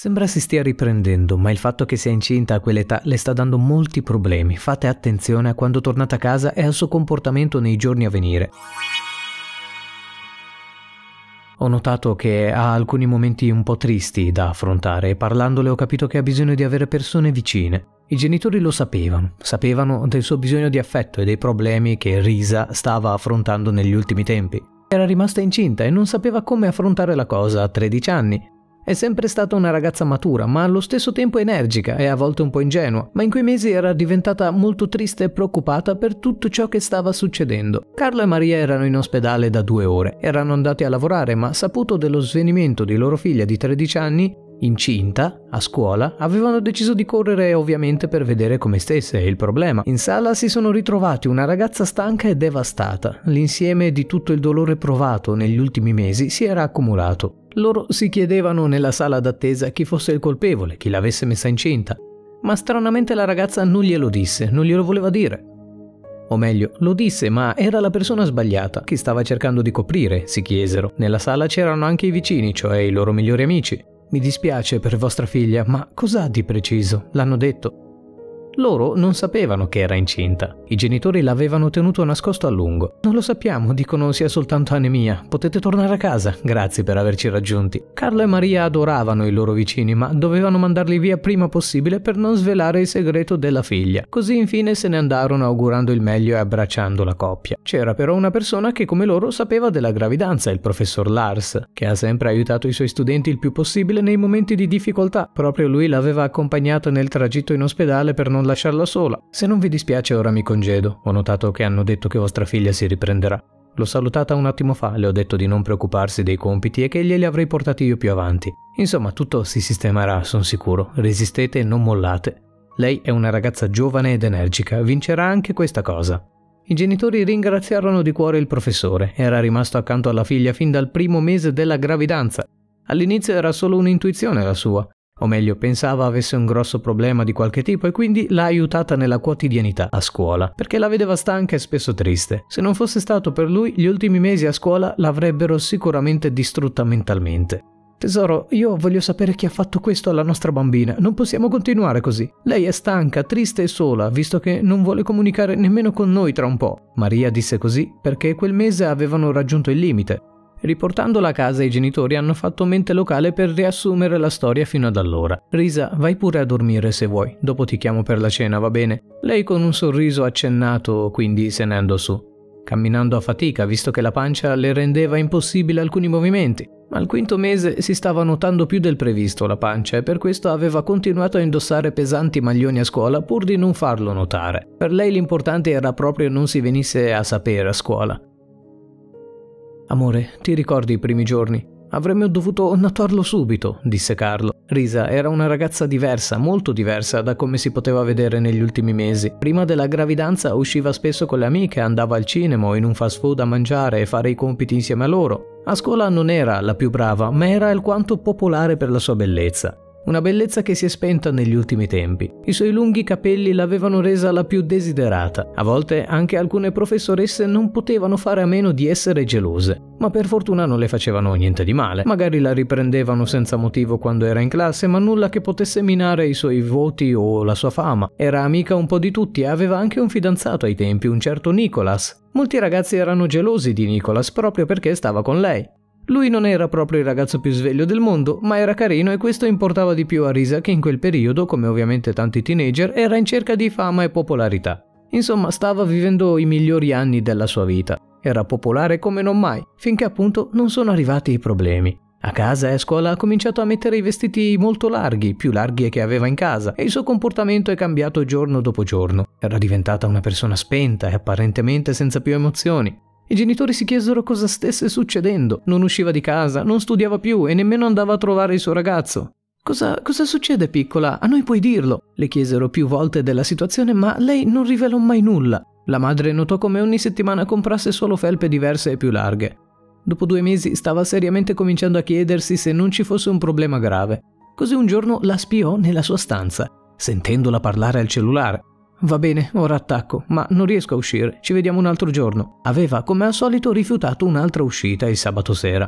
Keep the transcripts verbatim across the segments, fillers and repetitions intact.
Sembra si stia riprendendo, ma il fatto che sia incinta a quell'età le sta dando molti problemi. Fate attenzione a quando tornate a casa e al suo comportamento nei giorni a venire. Ho notato che ha alcuni momenti un po' tristi da affrontare e parlandole ho capito che ha bisogno di avere persone vicine. I genitori lo sapevano, sapevano del suo bisogno di affetto e dei problemi che Risa stava affrontando negli ultimi tempi. Era rimasta incinta e non sapeva come affrontare la cosa a tredici anni. È sempre stata una ragazza matura, ma allo stesso tempo energica e a volte un po' ingenua, ma in quei mesi era diventata molto triste e preoccupata per tutto ciò che stava succedendo. Carlo e Maria erano in ospedale da due ore, erano andati a lavorare, ma saputo dello svenimento di loro figlia di tredici anni, incinta, a scuola, avevano deciso di correre ovviamente per vedere come stesse il problema. In sala si sono ritrovati una ragazza stanca e devastata. L'insieme di tutto il dolore provato negli ultimi mesi si era accumulato. Loro si chiedevano nella sala d'attesa chi fosse il colpevole, chi l'avesse messa incinta. Ma stranamente la ragazza non glielo disse, non glielo voleva dire. O meglio, lo disse, ma era la persona sbagliata. Chi stava cercando di coprire, si chiesero. Nella sala c'erano anche i vicini, cioè i loro migliori amici. Mi dispiace per vostra figlia, ma cos'ha di preciso? L'hanno detto. Loro non sapevano che era incinta. I genitori l'avevano tenuto nascosto a lungo. Non lo sappiamo, dicono sia soltanto anemia. Potete tornare a casa. Grazie per averci raggiunti. Carlo e Maria adoravano i loro vicini, ma dovevano mandarli via prima possibile per non svelare il segreto della figlia. Così infine se ne andarono augurando il meglio e abbracciando la coppia. C'era però una persona che come loro sapeva della gravidanza, il professor Lars, che ha sempre aiutato i suoi studenti il più possibile nei momenti di difficoltà. Proprio lui l'aveva accompagnata nel tragitto in ospedale per non lasciarla sola. Se non vi dispiace ora mi congedo. Ho notato che hanno detto che vostra figlia si riprenderà. L'ho salutata un attimo fa, le ho detto di non preoccuparsi dei compiti e che glieli avrei portati io più avanti. Insomma, tutto si sistemerà, sono sicuro. Resistete e non mollate. Lei è una ragazza giovane ed energica, vincerà anche questa cosa. I genitori ringraziarono di cuore il professore. Era rimasto accanto alla figlia fin dal primo mese della gravidanza. All'inizio era solo un'intuizione la sua. O meglio, pensava avesse un grosso problema di qualche tipo e quindi l'ha aiutata nella quotidianità a scuola, perché la vedeva stanca e spesso triste. Se non fosse stato per lui, gli ultimi mesi a scuola l'avrebbero sicuramente distrutta mentalmente. Tesoro, io voglio sapere chi ha fatto questo alla nostra bambina. Non possiamo continuare così. Lei è stanca, triste e sola, visto che non vuole comunicare nemmeno con noi tra un po'. Maria disse così perché quel mese avevano raggiunto il limite. Riportandola a casa, i genitori hanno fatto mente locale per riassumere la storia fino ad allora. Risa, vai pure a dormire se vuoi, dopo ti chiamo per la cena, va bene? Lei con un sorriso accennato, quindi se ne andò su, camminando a fatica, visto che la pancia le rendeva impossibile alcuni movimenti. Ma al quinto mese si stava notando più del previsto la pancia e per questo aveva continuato a indossare pesanti maglioni a scuola pur di non farlo notare. Per lei l'importante era proprio non si venisse a sapere a scuola. Amore, ti ricordi i primi giorni? Avremmo dovuto notarlo subito, disse Carlo. Risa era una ragazza diversa, molto diversa da come si poteva vedere negli ultimi mesi. Prima della gravidanza usciva spesso con le amiche, andava al cinema o in un fast food a mangiare e fare i compiti insieme a loro. A scuola non era la più brava, ma era alquanto popolare per la sua bellezza. Una bellezza che si è spenta negli ultimi tempi. I suoi lunghi capelli l'avevano resa la più desiderata. A volte anche alcune professoresse non potevano fare a meno di essere gelose. Ma per fortuna non le facevano niente di male. Magari la riprendevano senza motivo quando era in classe, ma nulla che potesse minare i suoi voti o la sua fama. Era amica un po' di tutti e aveva anche un fidanzato ai tempi, un certo Nicholas. Molti ragazzi erano gelosi di Nicholas proprio perché stava con lei. Lui non era proprio il ragazzo più sveglio del mondo, ma era carino e questo importava di più a Risa che in quel periodo, come ovviamente tanti teenager, era in cerca di fama e popolarità. Insomma, stava vivendo i migliori anni della sua vita. Era popolare come non mai, finché appunto non sono arrivati i problemi. A casa e a scuola ha cominciato a mettere i vestiti molto larghi, più larghi che aveva in casa, e il suo comportamento è cambiato giorno dopo giorno. Era diventata una persona spenta e apparentemente senza più emozioni. I genitori si chiesero cosa stesse succedendo. Non usciva di casa, non studiava più e nemmeno andava a trovare il suo ragazzo. Cosa, cosa succede, piccola? A noi puoi dirlo? Le chiesero più volte della situazione, ma lei non rivelò mai nulla. La madre notò come ogni settimana comprasse solo felpe diverse e più larghe. Dopo due mesi stava seriamente cominciando a chiedersi se non ci fosse un problema grave. Così un giorno la spiò nella sua stanza, sentendola parlare al cellulare. Va bene, ora attacco, ma non riesco a uscire, ci vediamo un altro giorno. Aveva, come al solito, rifiutato un'altra uscita il sabato sera.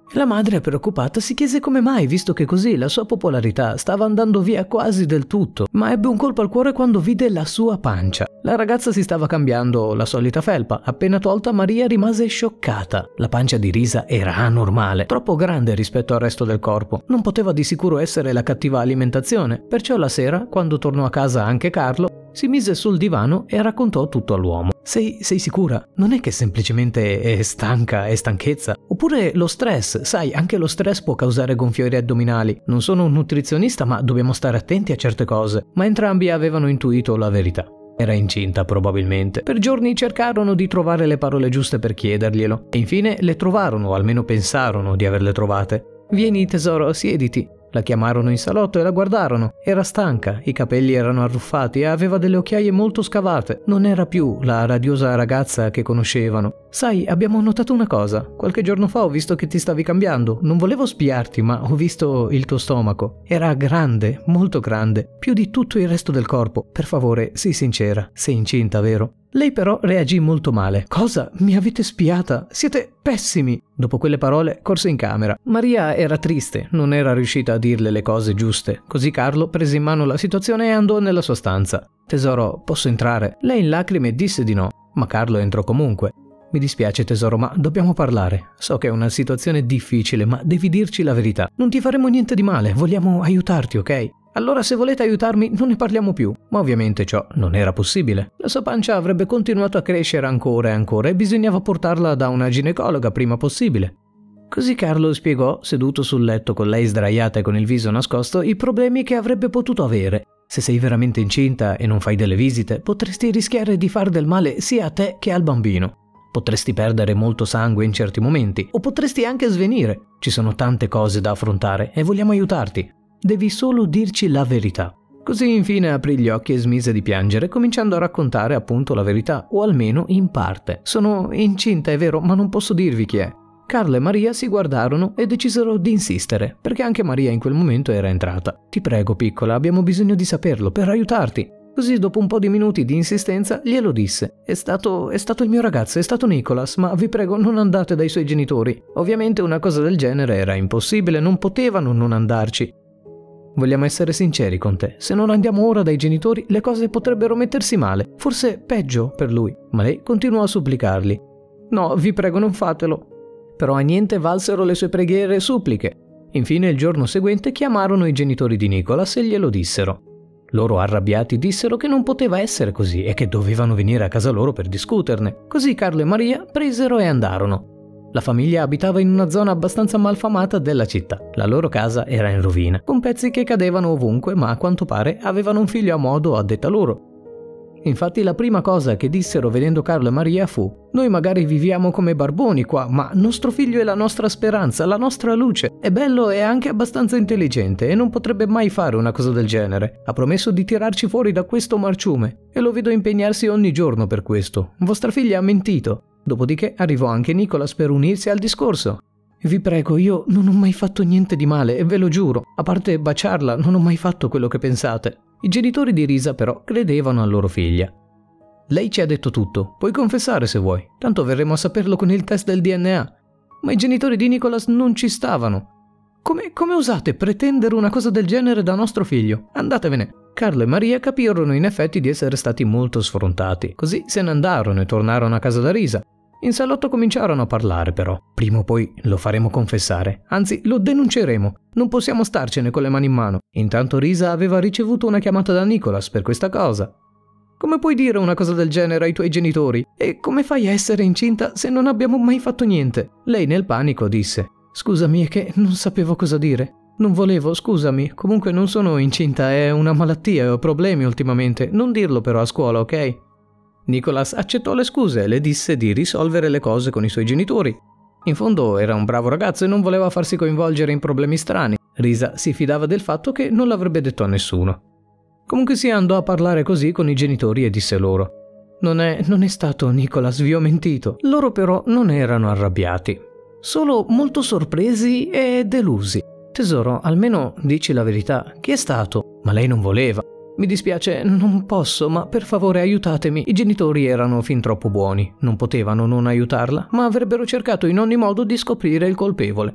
La madre, preoccupata, si chiese come mai, visto che così la sua popolarità stava andando via quasi del tutto, ma ebbe un colpo al cuore quando vide la sua pancia. La ragazza si stava cambiando la solita felpa. Appena tolta, Maria rimase scioccata. La pancia di Risa era anormale, troppo grande rispetto al resto del corpo. Non poteva di sicuro essere la cattiva alimentazione, perciò la sera, quando tornò a casa anche Carlo, si mise sul divano e raccontò tutto all'uomo. Sei, sei sicura? Non è che semplicemente è stanca, è stanchezza? Oppure lo stress? Sai, anche lo stress può causare gonfiori addominali. Non sono un nutrizionista, ma dobbiamo stare attenti a certe cose. Ma entrambi avevano intuito la verità. Era incinta, probabilmente. Per giorni cercarono di trovare le parole giuste per chiederglielo. E infine le trovarono, o almeno pensarono di averle trovate. «Vieni, tesoro, siediti». La chiamarono in salotto e la guardarono. Era stanca, i capelli erano arruffati e aveva delle occhiaie molto scavate. Non era più la radiosa ragazza che conoscevano. «Sai, abbiamo notato una cosa. Qualche giorno fa ho visto che ti stavi cambiando. Non volevo spiarti, ma ho visto il tuo stomaco. Era grande, molto grande, più di tutto il resto del corpo. Per favore, sii sincera. Sei incinta, vero?» Lei però reagì molto male. «Cosa? Mi avete spiata? Siete pessimi!» Dopo quelle parole corse in camera. Maria era triste, non era riuscita a dirle le cose giuste. Così Carlo prese in mano la situazione e andò nella sua stanza. «Tesoro, posso entrare?» Lei in lacrime disse di no, ma Carlo entrò comunque. «Mi dispiace tesoro, ma dobbiamo parlare. So che è una situazione difficile, ma devi dirci la verità. Non ti faremo niente di male, vogliamo aiutarti, ok? Allora se volete aiutarmi non ne parliamo più». Ma ovviamente ciò non era possibile. La sua pancia avrebbe continuato a crescere ancora e ancora e bisognava portarla da una ginecologa prima possibile. Così Carlo spiegò, seduto sul letto con lei sdraiata e con il viso nascosto, i problemi che avrebbe potuto avere. Se sei veramente incinta e non fai delle visite, potresti rischiare di far del male sia a te che al bambino. Potresti perdere molto sangue in certi momenti, o potresti anche svenire. Ci sono tante cose da affrontare e vogliamo aiutarti. Devi solo dirci la verità». Così infine aprì gli occhi e smise di piangere, cominciando a raccontare appunto la verità, o almeno in parte. «Sono incinta, è vero, ma non posso dirvi chi è». Carlo e Maria si guardarono e decisero di insistere, perché anche Maria in quel momento era entrata. «Ti prego, piccola, abbiamo bisogno di saperlo, per aiutarti». Così dopo un po' di minuti di insistenza glielo disse. È stato, è stato il mio ragazzo, è stato Nicholas, ma vi prego non andate dai suoi genitori». Ovviamente una cosa del genere era impossibile, non potevano non andarci. «Vogliamo essere sinceri con te, se non andiamo ora dai genitori le cose potrebbero mettersi male, forse peggio per lui». Ma lei continuò a supplicarli. «No, vi prego non fatelo». Però a niente valsero le sue preghiere e suppliche. Infine il giorno seguente chiamarono i genitori di Nicholas e glielo dissero. Loro arrabbiati dissero che non poteva essere così e che dovevano venire a casa loro per discuterne. Così Carlo e Maria presero e andarono. La famiglia abitava in una zona abbastanza malfamata della città. La loro casa era in rovina, con pezzi che cadevano ovunque, ma a quanto pare avevano un figlio a modo a detta loro. Infatti la prima cosa che dissero vedendo Carlo e Maria fu: «Noi magari viviamo come barboni qua, ma nostro figlio è la nostra speranza, la nostra luce. È bello e anche abbastanza intelligente e non potrebbe mai fare una cosa del genere. Ha promesso di tirarci fuori da questo marciume e lo vedo impegnarsi ogni giorno per questo. Vostra figlia ha mentito». Dopodiché arrivò anche Nicholas per unirsi al discorso. «Vi prego, io non ho mai fatto niente di male e ve lo giuro. A parte baciarla, non ho mai fatto quello che pensate». I genitori di Risa però credevano a loro figlia. «Lei ci ha detto tutto, puoi confessare se vuoi, tanto verremo a saperlo con il test del D N A». Ma i genitori di Nicholas non ci stavano. Come, come osate pretendere una cosa del genere da nostro figlio? Andatevene». Carlo e Maria capirono in effetti di essere stati molto sfrontati, così se ne andarono e tornarono a casa da Risa. In salotto cominciarono a parlare però. «Prima o poi lo faremo confessare, anzi lo denunceremo, non possiamo starcene con le mani in mano». Intanto Risa aveva ricevuto una chiamata da Nicholas per questa cosa. «Come puoi dire una cosa del genere ai tuoi genitori? E come fai a essere incinta se non abbiamo mai fatto niente?» Lei nel panico disse: «Scusami, è che non sapevo cosa dire. Non volevo, scusami, comunque non sono incinta, è una malattia e ho problemi ultimamente, non dirlo però a scuola, ok?» Nicholas accettò le scuse e le disse di risolvere le cose con i suoi genitori. In fondo era un bravo ragazzo e non voleva farsi coinvolgere in problemi strani. Risa si fidava del fatto che non l'avrebbe detto a nessuno. Comunque sia, andò a parlare così con i genitori e disse loro: Non è, non è stato Nicholas, vi ho mentito. Loro però non erano arrabbiati, solo molto sorpresi e delusi. Tesoro, almeno dici la verità, chi è stato? Ma lei non voleva. Mi dispiace, non posso, ma per favore aiutatemi. I genitori erano fin troppo buoni, non potevano non aiutarla, ma avrebbero cercato in ogni modo di scoprire il colpevole.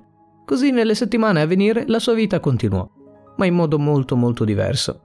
Così nelle settimane a venire la sua vita continuò, ma in modo molto molto diverso.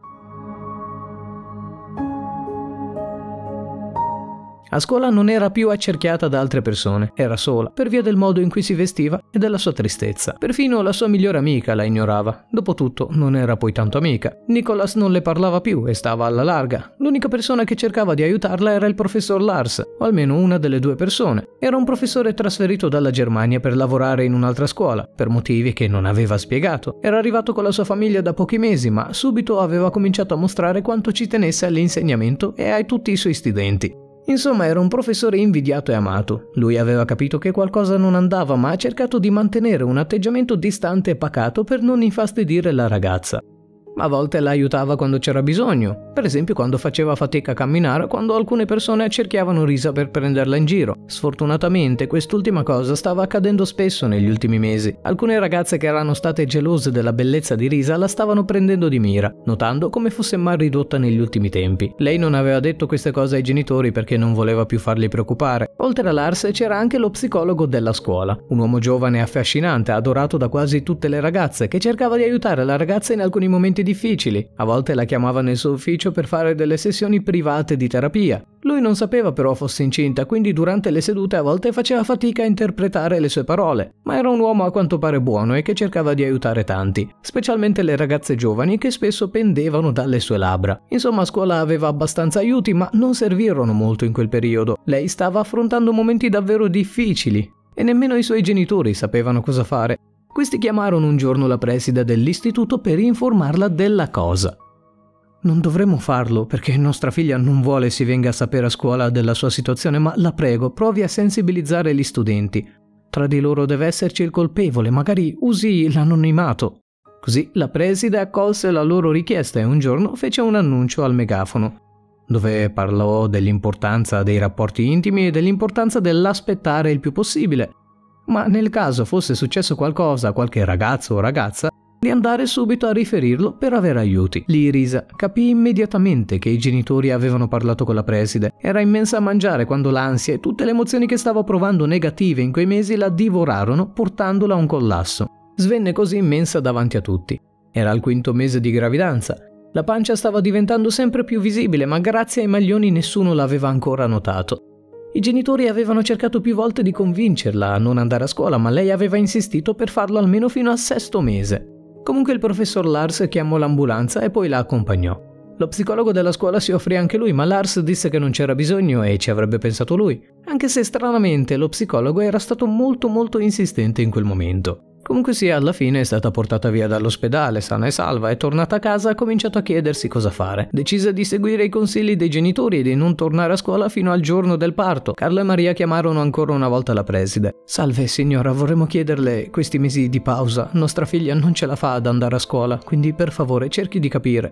A scuola non era più accerchiata da altre persone, era sola, per via del modo in cui si vestiva e della sua tristezza. Perfino la sua migliore amica la ignorava. Dopotutto non era poi tanto amica. Nicholas non le parlava più e stava alla larga. L'unica persona che cercava di aiutarla era il professor Lars, o almeno una delle due persone. Era un professore trasferito dalla Germania per lavorare in un'altra scuola, per motivi che non aveva spiegato. Era arrivato con la sua famiglia da pochi mesi, ma subito aveva cominciato a mostrare quanto ci tenesse all'insegnamento e a tutti i suoi studenti. Insomma, era un professore invidiato e amato. Lui aveva capito che qualcosa non andava, ma ha cercato di mantenere un atteggiamento distante e pacato per non infastidire la ragazza. A volte la aiutava quando c'era bisogno, per esempio quando faceva fatica a camminare, quando alcune persone accerchiavano Risa per prenderla in giro. Sfortunatamente quest'ultima cosa stava accadendo spesso negli ultimi mesi. Alcune ragazze che erano state gelose della bellezza di Risa la stavano prendendo di mira, notando come fosse mal ridotta negli ultimi tempi. Lei non aveva detto queste cose ai genitori perché non voleva più farli preoccupare. Oltre a Lars c'era anche lo psicologo della scuola, un uomo giovane e affascinante, adorato da quasi tutte le ragazze, che cercava di aiutare la ragazza in alcuni momenti difficili. A volte la chiamava nel suo ufficio per fare delle sessioni private di terapia. Lui non sapeva però fosse incinta, quindi durante le sedute a volte faceva fatica a interpretare le sue parole, ma era un uomo a quanto pare buono e che cercava di aiutare tanti, specialmente le ragazze giovani che spesso pendevano dalle sue labbra. Insomma, a scuola aveva abbastanza aiuti, ma non servirono molto in quel periodo. Lei stava affrontando momenti davvero difficili e nemmeno i suoi genitori sapevano cosa fare. Questi chiamarono un giorno la preside dell'istituto per informarla della cosa. «Non dovremmo farlo perché nostra figlia non vuole si venga a sapere a scuola della sua situazione, ma la prego, provi a sensibilizzare gli studenti. Tra di loro deve esserci il colpevole, magari usi l'anonimato». Così la preside accolse la loro richiesta e un giorno fece un annuncio al megafono, dove parlò dell'importanza dei rapporti intimi e dell'importanza dell'aspettare il più possibile. Ma nel caso fosse successo qualcosa a qualche ragazzo o ragazza, di andare subito a riferirlo per avere aiuti. Lì Risa capì immediatamente che i genitori avevano parlato con la preside. Era immensa a mangiare quando l'ansia e tutte le emozioni che stava provando negative in quei mesi la divorarono, portandola a un collasso. Svenne così immensa davanti a tutti. Era al quinto mese di gravidanza. La pancia stava diventando sempre più visibile, ma grazie ai maglioni nessuno l'aveva ancora notato. I genitori avevano cercato più volte di convincerla a non andare a scuola, ma lei aveva insistito per farlo almeno fino al sesto mese. Comunque il professor Lars chiamò l'ambulanza e poi la accompagnò. Lo psicologo della scuola si offrì anche lui, ma Lars disse che non c'era bisogno e ci avrebbe pensato lui, anche se stranamente lo psicologo era stato molto molto insistente in quel momento. Comunque sia, alla fine è stata portata via dall'ospedale, sana e salva, e tornata a casa ha cominciato a chiedersi cosa fare. Decise di seguire i consigli dei genitori e di non tornare a scuola fino al giorno del parto. Carlo e Maria chiamarono ancora una volta la preside. «Salve signora, vorremmo chiederle questi mesi di pausa. Nostra figlia non ce la fa ad andare a scuola, quindi per favore cerchi di capire».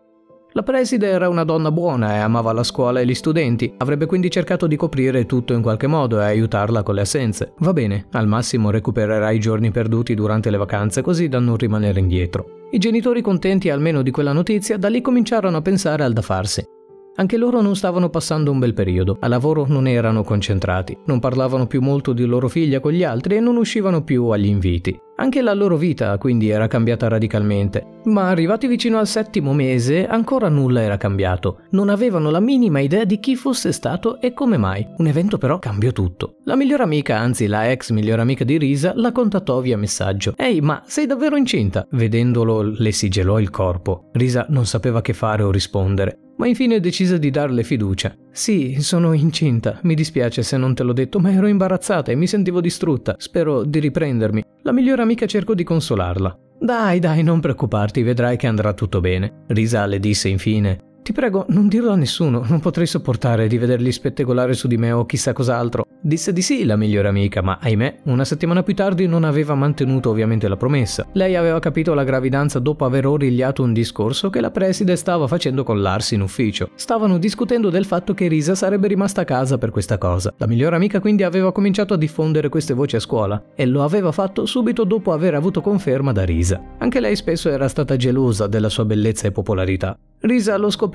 La preside era una donna buona e amava la scuola e gli studenti, avrebbe quindi cercato di coprire tutto in qualche modo e aiutarla con le assenze. Va bene, al massimo recupererà i giorni perduti durante le vacanze così da non rimanere indietro. I genitori, contenti almeno di quella notizia, da lì cominciarono a pensare al da farsi. Anche loro non stavano passando un bel periodo, a lavoro non erano concentrati, non parlavano più molto di loro figlia con gli altri e non uscivano più agli inviti. Anche la loro vita quindi era cambiata radicalmente, ma arrivati vicino al settimo mese ancora nulla era cambiato. Non avevano la minima idea di chi fosse stato e come mai. Un evento però cambiò tutto. La migliore amica, anzi la ex migliore amica di Risa, la contattò via messaggio. «Ehi, ma sei davvero incinta?» Vedendolo le si gelò il corpo. Risa non sapeva che fare o rispondere, ma infine decise di darle fiducia. «Sì, sono incinta. Mi dispiace se non te l'ho detto, ma ero imbarazzata e mi sentivo distrutta. Spero di riprendermi». La migliore amica cercò di consolarla. «Dai, dai, non preoccuparti, vedrai che andrà tutto bene». Risa le disse infine: «Ti prego, non dirlo a nessuno, non potrei sopportare di vederli spettegolare su di me o chissà cos'altro». Disse di sì la migliore amica, ma ahimè, una settimana più tardi non aveva mantenuto ovviamente la promessa. Lei aveva capito la gravidanza dopo aver origliato un discorso che la preside stava facendo con Lars in ufficio. Stavano discutendo del fatto che Risa sarebbe rimasta a casa per questa cosa. La migliore amica quindi aveva cominciato a diffondere queste voci a scuola e lo aveva fatto subito dopo aver avuto conferma da Risa. Anche lei spesso era stata gelosa della sua bellezza e popolarità. Risa lo scoprì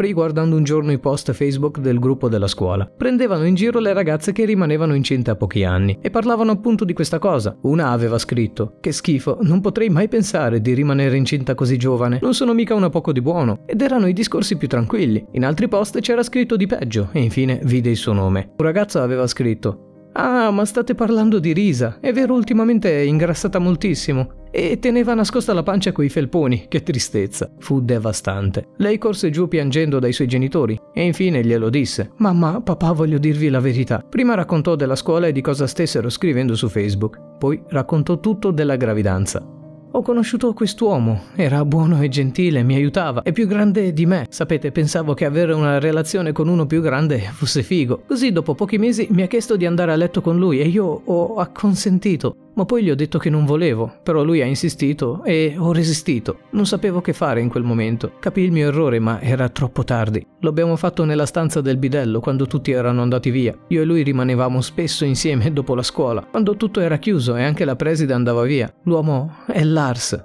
aprì guardando un giorno i post Facebook del gruppo della scuola. Prendevano in giro le ragazze che rimanevano incinte a pochi anni e parlavano appunto di questa cosa. Una aveva scritto: che schifo, non potrei mai pensare di rimanere incinta così giovane, non sono mica una poco di buono. Ed erano i discorsi più tranquilli. In altri post c'era scritto di peggio e infine vide il suo nome. Un ragazzo aveva scritto: ah, ma state parlando di Risa, è vero, ultimamente è ingrassata moltissimo e teneva nascosta la pancia coi felponi, che tristezza. Fu devastante. Lei corse giù piangendo dai suoi genitori e infine glielo disse: mamma, papà, voglio dirvi la verità. Prima raccontò della scuola e di cosa stessero scrivendo su Facebook, poi raccontò tutto della gravidanza. Ho conosciuto quest'uomo, era buono e gentile, mi aiutava, è più grande di me. Sapete, pensavo che avere una relazione con uno più grande fosse figo. Così dopo pochi mesi mi ha chiesto di andare a letto con lui e io ho acconsentito. Ma poi gli ho detto che non volevo, però lui ha insistito e ho resistito. Non sapevo che fare in quel momento. Capii il mio errore, ma era troppo tardi. Lo abbiamo fatto nella stanza del bidello quando tutti erano andati via. Io e lui rimanevamo spesso insieme dopo la scuola, quando tutto era chiuso e anche la preside andava via. L'uomo è Lars.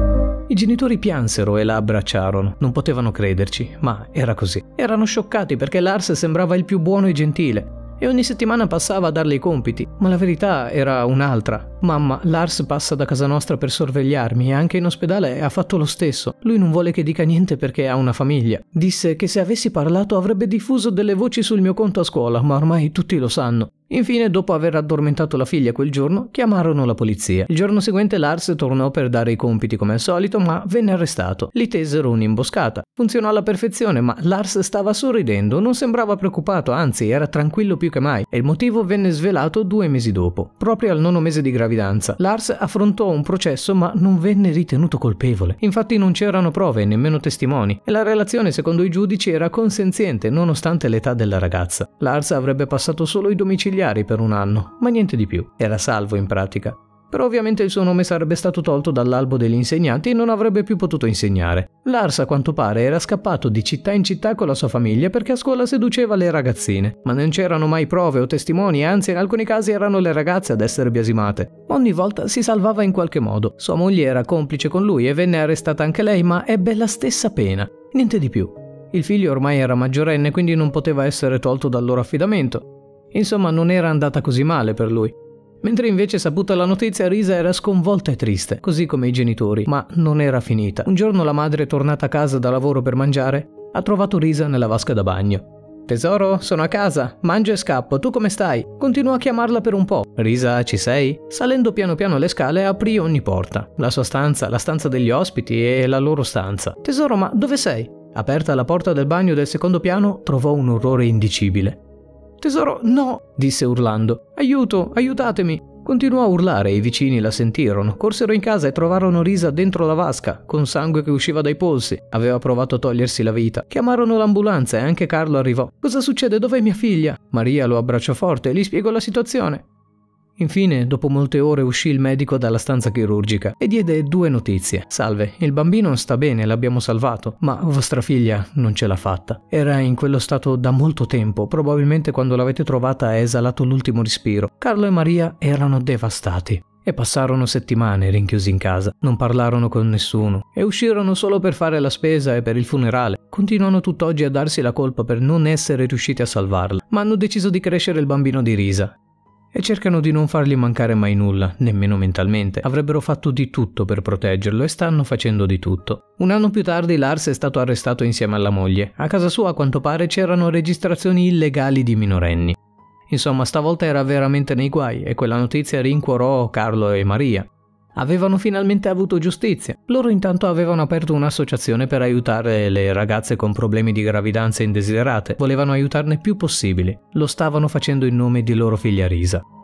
I genitori piansero e la abbracciarono. Non potevano crederci, ma era così. Erano scioccati perché Lars sembrava il più buono e gentile. E ogni settimana passava a darle i compiti, ma la verità era un'altra. Mamma, Lars passa da casa nostra per sorvegliarmi e anche in ospedale ha fatto lo stesso. Lui non vuole che dica niente perché ha una famiglia. Disse che se avessi parlato avrebbe diffuso delle voci sul mio conto a scuola, ma ormai tutti lo sanno. Infine, dopo aver addormentato la figlia quel giorno, chiamarono la polizia. Il giorno seguente Lars tornò per dare i compiti come al solito, ma venne arrestato. Gli tesero un'imboscata. Funzionò alla perfezione, ma Lars stava sorridendo, non sembrava preoccupato, anzi era tranquillo più che mai. E il motivo venne svelato due mesi dopo, proprio al nono mese di gravidanza. Lars affrontò un processo, ma non venne ritenuto colpevole. Infatti non c'erano prove, nemmeno testimoni, e la relazione, secondo i giudici, era consenziente, nonostante l'età della ragazza. Lars avrebbe passato solo i domiciliari per un anno, ma niente di più. Era salvo in pratica. Però ovviamente il suo nome sarebbe stato tolto dall'albo degli insegnanti e non avrebbe più potuto insegnare. Lars, a quanto pare, era scappato di città in città con la sua famiglia perché a scuola seduceva le ragazzine. Ma non c'erano mai prove o testimoni, anzi in alcuni casi erano le ragazze ad essere biasimate. Ogni volta si salvava in qualche modo. Sua moglie era complice con lui e venne arrestata anche lei, ma ebbe la stessa pena. Niente di più. Il figlio ormai era maggiorenne, quindi non poteva essere tolto dal loro affidamento. Insomma, non era andata così male per lui. Mentre invece, saputa la notizia, Risa era sconvolta e triste, così come i genitori, ma non era finita. Un giorno la madre, tornata a casa da lavoro per mangiare, ha trovato Risa nella vasca da bagno. Tesoro, sono a casa, mangio e scappo, tu come stai? Continuò a chiamarla per un po'. Risa, ci sei? Salendo piano piano le scale aprì ogni porta. La sua stanza, la stanza degli ospiti e la loro stanza. Tesoro, ma dove sei? Aperta la porta del bagno del secondo piano, trovò un orrore indicibile. Tesoro, no! Disse urlando. Aiuto, aiutatemi! Continuò a urlare e i vicini la sentirono. Corsero in casa e trovarono Risa dentro la vasca, con sangue che usciva dai polsi. Aveva provato a togliersi la vita. Chiamarono l'ambulanza e anche Carlo arrivò. Cosa succede? Dov'è mia figlia? Maria lo abbracciò forte e gli spiegò la situazione. Infine, dopo molte ore, uscì il medico dalla stanza chirurgica e diede due notizie. Salve, il bambino sta bene, l'abbiamo salvato, ma vostra figlia non ce l'ha fatta. Era in quello stato da molto tempo, probabilmente quando l'avete trovata ha esalato l'ultimo respiro. Carlo e Maria erano devastati. E passarono settimane rinchiusi in casa, non parlarono con nessuno e uscirono solo per fare la spesa e per il funerale. Continuano tutt'oggi a darsi la colpa per non essere riusciti a salvarla, ma hanno deciso di crescere il bambino di Risa. E cercano di non fargli mancare mai nulla, nemmeno mentalmente. Avrebbero fatto di tutto per proteggerlo e stanno facendo di tutto. Un anno più tardi Lars è stato arrestato insieme alla moglie. A casa sua, a quanto pare, c'erano registrazioni illegali di minorenni. Insomma, stavolta era veramente nei guai e quella notizia rincuorò Carlo e Maria. Avevano finalmente avuto giustizia. Loro intanto avevano aperto un'associazione per aiutare le ragazze con problemi di gravidanze indesiderate. Volevano aiutarne più possibili. Lo stavano facendo in nome di loro figlia Risa.